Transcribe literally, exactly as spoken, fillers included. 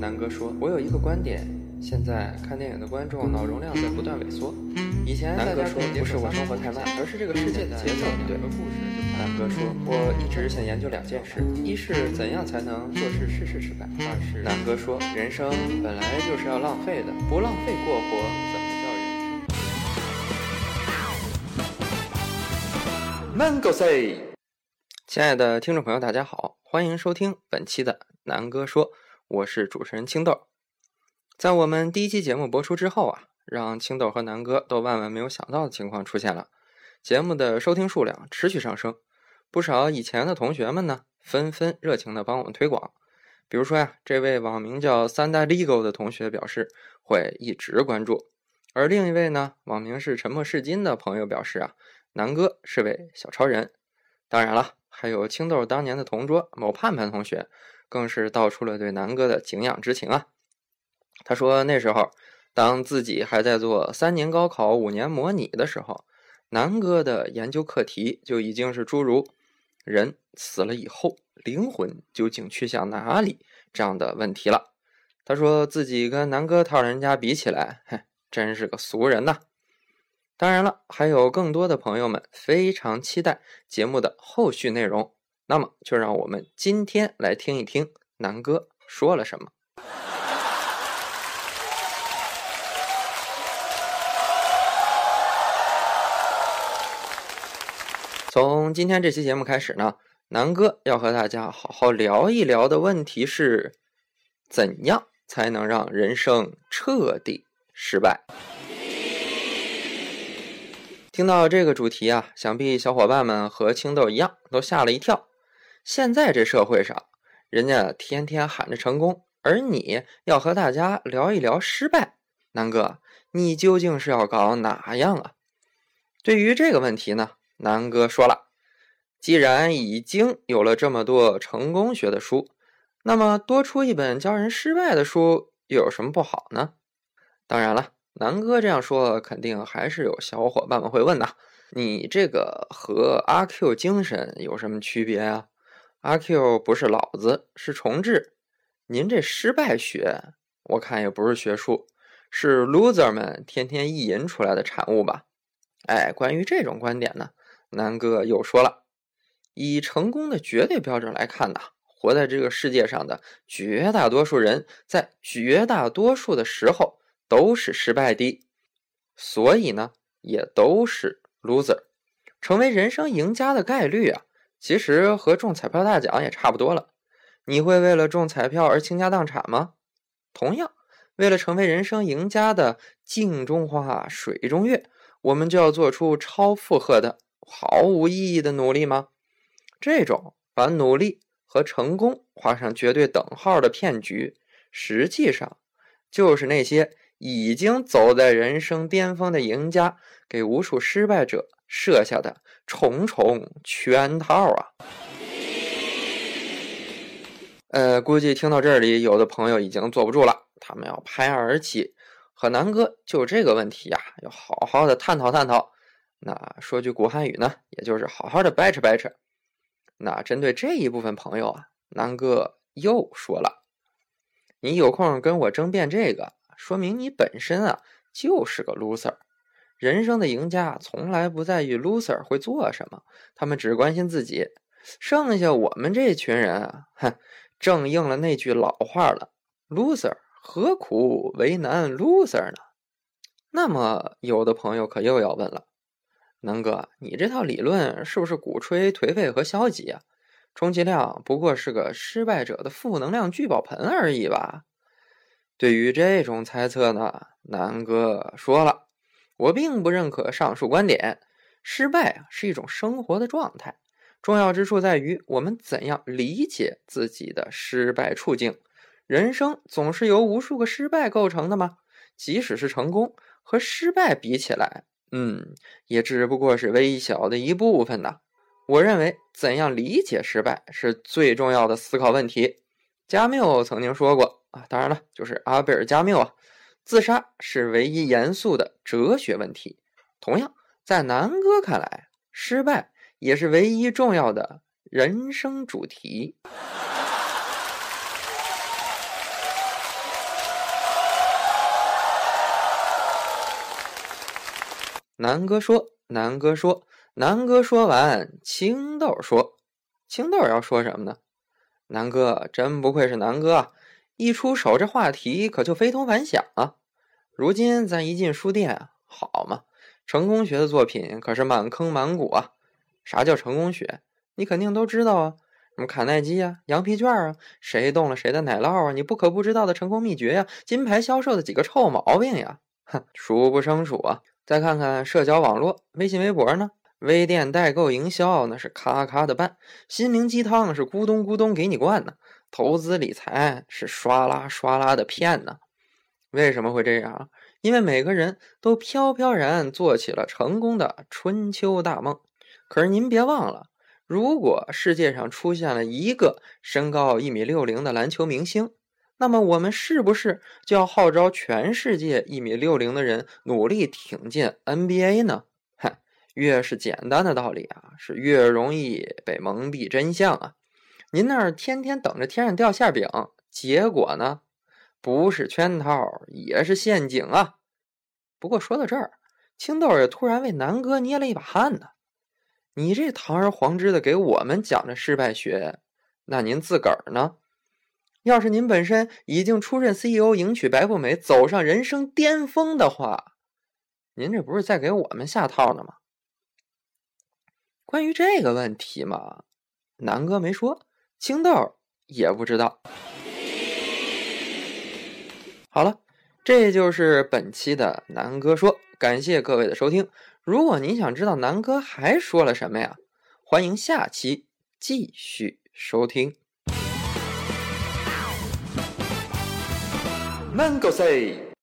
南哥说，我有一个观点，现在看电影的观众脑容量在不断萎缩。以前南哥说不是我生活太慢，而是这个世界的节奏不对。南哥说，我一直想研究两件事，一是怎样才能做事事事失败，二是南哥说，人生本来就是要浪费的，不浪费过活怎么叫人生？ Mango say， 亲爱的听众朋友大家好，欢迎收听本期的南哥说，我是主持人青豆。在我们第一期节目播出之后啊，让青豆和南哥都万万没有想到的情况出现了，节目的收听数量持续上升，不少以前的同学们呢纷纷热情的帮我们推广。比如说呀，这位网名叫三代 legal 的同学表示会一直关注，而另一位呢网名是沉默是金的朋友表示啊，南哥是位小超人。当然了，还有青豆当年的同桌某盼盼同学更是道出了对南哥的敬仰之情啊。他说那时候当自己还在做三年高考五年模拟的时候，南哥的研究课题就已经是诸如人死了以后灵魂究竟去向哪里这样的问题了。他说自己跟南哥套人家比起来，嘿，真是个俗人呐。当然了，还有更多的朋友们非常期待节目的后续内容，那么就让我们今天来听一听南哥说了什么。从今天这期节目开始呢，南哥要和大家好好聊一聊的问题是，怎样才能让人生彻底失败？听到这个主题啊，想必小伙伴们和青豆一样都吓了一跳。现在这社会上，人家天天喊着成功，而你要和大家聊一聊失败，南哥，你究竟是要搞哪样啊？对于这个问题呢，南哥说了，既然已经有了这么多成功学的书，那么多出一本教人失败的书又有什么不好呢？当然了，南哥这样说肯定还是有小伙伴们会问的，你这个和阿 Q 精神有什么区别啊？阿 Q 不是老子，是重置，您这失败学我看也不是学术，是 loser 们天天意淫出来的产物吧。哎，关于这种观点呢，南哥又说了，以成功的绝对标准来看呢，活在这个世界上的绝大多数人在绝大多数的时候都是失败的，所以呢也都是 loser。 成为人生赢家的概率啊，其实和中彩票大奖也差不多了。你会为了中彩票而倾家荡产吗？同样，为了成为人生赢家的镜中花水中月，我们就要做出超负荷的毫无意义的努力吗？这种把努力和成功画上绝对等号的骗局，实际上就是那些已经走在人生巅峰的赢家给无数失败者设下的重重圈套啊！呃，估计听到这里，有的朋友已经坐不住了，他们要拍案而起，和南哥就这个问题呀、啊，要好好的探讨探讨。那说句古汉语呢，也就是好好的掰扯掰扯。那针对这一部分朋友啊，南哥又说了，你有空跟我争辩这个，说明你本身啊就是个 loser。 人生的赢家从来不在于 loser 会做什么，他们只关心自己。剩下我们这群人啊，哼，正应了那句老话了， loser 何苦为难 loser 呢？那么有的朋友可又要问了，南哥，你这套理论是不是鼓吹颓废和消极啊？充其量不过是个失败者的负能量聚宝盆而已吧？对于这种猜测呢，南哥说了，我并不认可上述观点。失败啊是一种生活的状态，重要之处在于我们怎样理解自己的失败处境。人生总是由无数个失败构成的吗？即使是成功，和失败比起来，嗯，也只不过是微小的一部分呢。我认为怎样理解失败是最重要的思考问题。加缪曾经说过啊，当然了，就是阿贝尔加缪啊，自杀是唯一严肃的哲学问题。同样，在南哥看来，失败也是唯一重要的人生主题。 南哥说，南哥说，南哥说完，青豆说，青豆要说什么呢？南哥真不愧是南哥啊，一出手这话题可就非同凡响啊。如今咱一进书店，好嘛，成功学的作品可是满坑满谷啊。啥叫成功学？你肯定都知道啊，什么卡耐基啊，羊皮卷啊，谁动了谁的奶酪啊，你不可不知道的成功秘诀呀、啊，金牌销售的几个臭毛病呀，哼，数不胜数啊。再看看社交网络，微信微博呢，微店代购营销那是咔咔的办，心灵鸡汤是咕咚咕咚给你灌呢，投资理财是刷啦刷啦的骗呢。为什么会这样？因为每个人都飘飘然做起了成功的春秋大梦。可是您别忘了，如果世界上出现了一个身高一米六零的篮球明星，那么我们是不是就要号召全世界一米六零的人努力挺进 N B A 呢？嗨，越是简单的道理啊，是越容易被蒙蔽真相啊。您那儿天天等着天上掉馅饼，结果呢，不是圈套也是陷阱啊。不过说到这儿，青豆也突然为南哥捏了一把汗呢。你这堂而皇之的给我们讲着失败学，那您自个儿呢？要是您本身已经出任 C E O， 迎娶白富美，走上人生巅峰的话，您这不是在给我们下套呢吗？关于这个问题嘛，南哥没说，青豆也不知道。好了，这就是本期的南哥说，感谢各位的收听。如果您想知道南哥还说了什么呀，欢迎下期继续收听。南哥 say